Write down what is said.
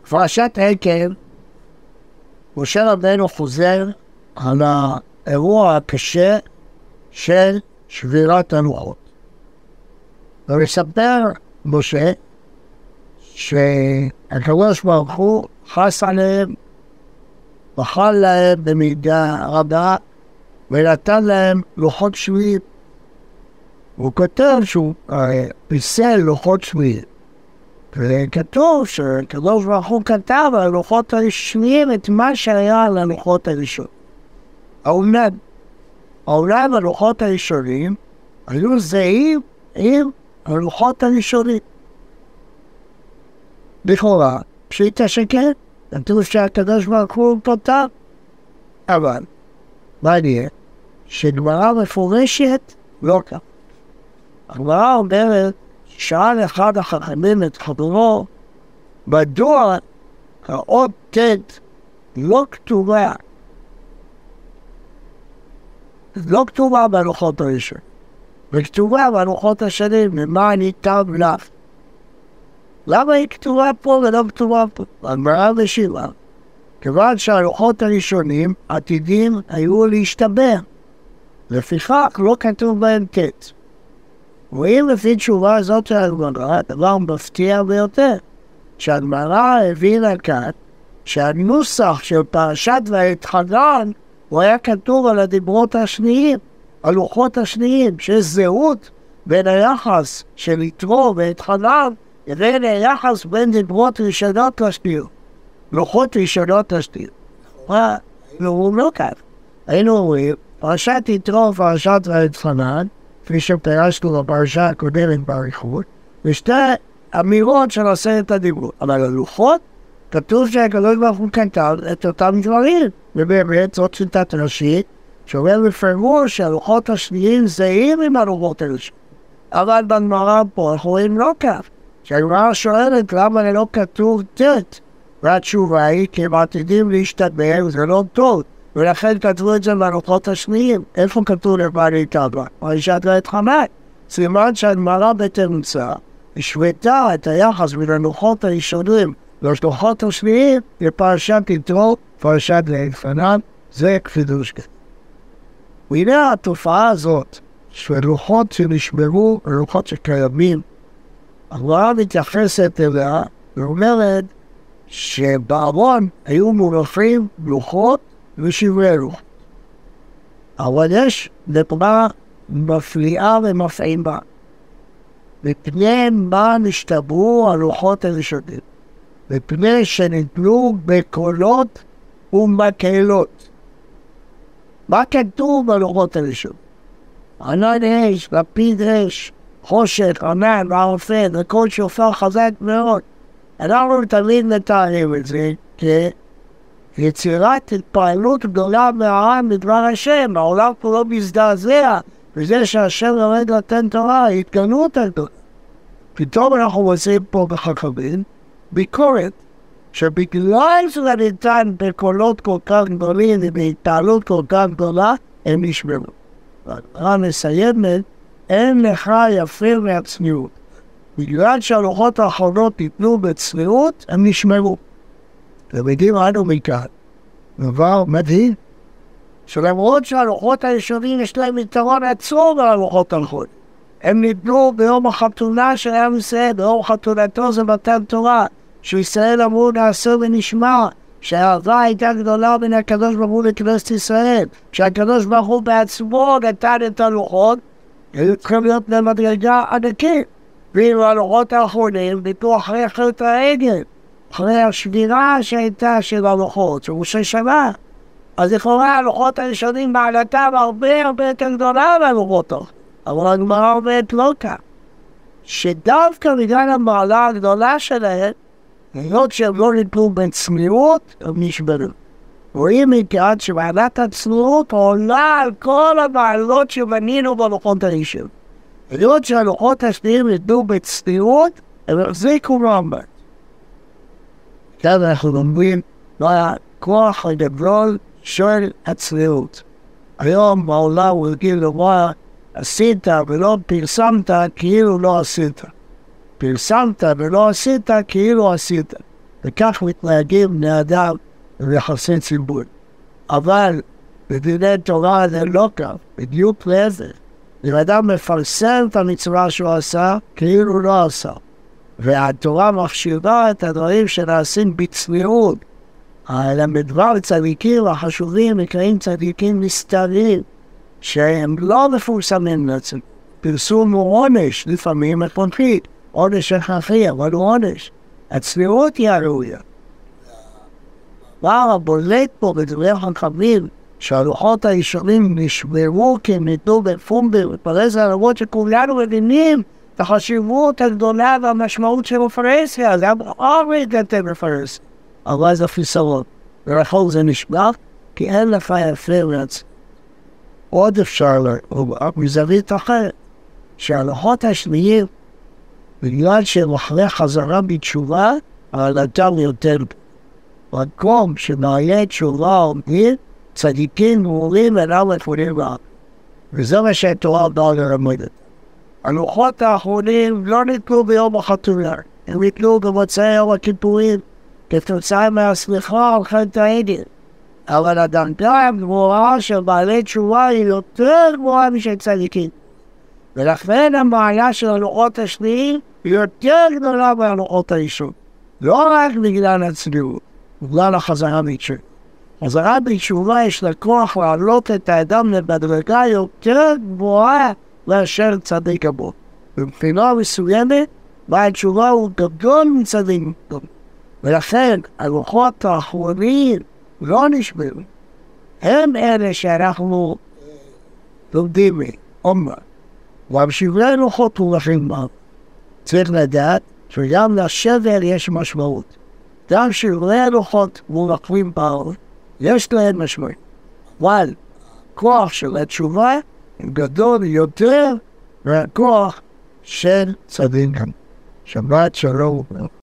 בפרשת עקב, משה רבנו חוזר על האירוע הקשה של שבירת הלוחות. ומספר משה שהקדוש ברוך הוא חס עליהם, בחל להם במידה רבה, ונתן להם לוחות שבויים. הוא כותב שהוא פיסל לוחות שבויים. וכתוב שהקדוש ברוך הוא כתב על הלוחות השבויים את מה שהיה על הלוחות הראשונים. האומנם הלוחות הראשונים היו זהים עם הלוחות הראשונים. לכאורה, פשיטא שכן, כתוב שהקדוש ברוך הוא כתב. אבל, מעניין, שגמרא מפורשת לא כך. הגמרא אומרת, שאל אחד החכמים את חברו, מדוע האות ט' לא כתובה בלוחות הראשונים, וכתובה בלוחות השנים, למה ניתן לך? למה היא כתובה פה ולא כתובה פה? הגמרא משיבה, כיוון שהלוחות הראשונים עתידים היו להשתבר, לפיכך לא כתוב בהם ט'. רואים לפי תשובה הזאת של הגמרא, דבר מפתיע ביותר, שהגמרא הבינה כאן שהנוסח של פרשת ואתחנן הוא היה כתוב על הדיברות השניים, הלוחות השניים, שיש זהות בין היחס של יתרו ואתחנן לבין היחס בין דיברות ראשונות לשניות, לוחות ראשונות לשניות. והוא לא כאן. היינו רואים, פרשת יתרו ופרשת ואתחנן, כפי שפרשנו בפרשה הקודמת באריכות, ושתי אמירות של 10 הדיברות. אבל הלוחות, כתוב שהקדוש ברוך הוא כתב את אותם דברים, ובאמת זאת שיטת ראשית, שאומר בפירוש שהלוחות השניים זהים עם הלוחות הראשונים. אבל בגמרא פה אנחנו רואים לא כך. שהגמרא שואלת למה לא כתוב ט', והתשובה היא כי הם עתידים להשתבר, זה לא טוב. ולכן כתבו את זה בלוחות השניים. איפה כתוב למה ניתן בה? פרשת ואתחנן. סימן שהגמרא בתמצא השוותה את היחס בין הלוחות הראשונים ללוחות השניים לפרשת יתרו, פרשת ואתחנן. זה חידוש גדול. והנה התופעה הזאת של לוחות שנשמרו ולוחות שקיימים, הגמרא מתייחסת אליה ואומרת שבארון היו מונחים לוחות ושברי לוחות. אבל יש נקודה מפליאה ומפעימה. מפני מה נשתברו הלוחות הראשונים? מפני שניתנו בקולות ומקהלות. מה כתוב בלוחות הראשונים? ענן אש, לפיד אש, חושך, ענן, וערפל, וכל שופר חזק מאוד. אנחנו תמיד מתארים את זה כיצירת התפעלות גדולה מהעם בדבר השם. העולם כולו מזדעזע, וזה שהשם לומד לתת תורה, התגלות על זה. פתאום אנחנו מוצאים פה בחכמים ביקורת, שבגלל שזה ניתן בקולות כל כך גדולים ובהתפעלות כל כך גדולה, הם נשמרו. והגמרא מסיימת, אין לך יפים מהצניעות. בגלל שהלוחות האחרונות ניתנו בצניעות, הם נשמרו. ומגיעים אנו מכאן. דבר מדהים, שלמרות שהלוחות הראשונים יש להם יתרון עצום על הלוחות האחרונים. הם ניתנו ביום החתונה של עם ישראל, ביום חתונתו זה מתן תורה, שישראל אמרו נעשה ונשמע, שהאהבה הייתה גדולה בין הקדוש ברוך הוא לכנסת ישראל, שהקדוש ברוך הוא בעצמו נתן את הלוחות, היו צריכים להיות למדרגה ענקית. ואילו הלוחות האחרונים ניתנו אחרי חטא העגל, אחרי השבירה שהייתה של הלוחות, של ראש השנה. אז לכאורה הלוחות הראשונים מעלתם הרבה יותר גדולה מהלוחות האחרונים. אבל הגמרא אומרת לא כך. שדווקא בגלל המעלה הגדולה שלהם, היות שהם לא ניתנו בצניעות, הם נשברו. רואים מכאן שמעלת הצניעות עולה על כל המעלות שבנינו בלוחות הראשונים. היות שהלוחות השניים ניתנו בצניעות, הם החזיקו מעמד. כאן אנחנו לומדים מה הכוח הגדול של הצניעות. היום בעולם הוא רגיל לומר, עשית ולא פרסמת כאילו לא עשית. פרסמת ולא עשית כאילו עשית. וכך מתנהגים בני אדם ביחסי ציבור. אבל בדיני תורה זה לא כך, בדיוק להפך. אם אדם מפרסם את המצווה שהוא עשה, כאילו לא עשה. והתורה מחשיבה את הדברים שנעשים בצניעות. המדבר צדיקים החשובים נקראים צדיקים נסתרים, שהם לא מפורסמים לציבור. פרסום הוא עונש, לפעמים הכרחי, עונש הכרחי, אבל הוא עונש. הצניעות היא הראויה. מה הבולט פה בדברי החכמים, שהלוחות הישרים נשמרו כי הם ניתנו בפומבי, ופרס הרבות שכולנו מבינים את החשיבות הגדולה והמשמעות של הפרהסיה, גם אורי גתם בפרהסיה. אבל זה חיסרון, ולכל זה נשמע, כי אין לך יפה רצ. עוד אפשר לראות, מזווית אחרת, שהלוחות השניים, בגלל שהם אחרי חזרה בתשובה, העלתם יותר. במקום שמעלה תשובה עומדים, צדיקים גמורים אינם מפונים רע. וזה מה שהתורה באה ללמד. הלוחות האחרונים לא ניתנו ביום החתונה, הם ניתנו במוצאי יום הכיפורים, כתוצאה מהסליחה על חטא העגל. אבל הדרגה הגבוהה של בעלי תשובה היא יותר גבוהה משל צדיקים. ולכן המעלה של הלוחות השניים היא יותר גדולה מהלוחות הראשונים. לא רק בגלל הצניעות, בגלל החזרה בתשובה. חזרה בתשובה יש לה כוח להעלות את האדם למדרגה יותר גבוהה מאשר צדיק גמור. מבחינה מסוימת, בעל תשובה הוא גדול מצדיק גמור. ולכן הלוחות האחרונים לא נשמעו. הם אלה שאנחנו לומדים מאומר. ובשבלי לוחות מונחים בה. צריך לדעת שגם לשבר יש משמעות. גם שבלי לוחות מונחים בה, יש להם משמעות. אבל כוח של התשובה גדול יותר מהכוח של צדיק. שבת שלום.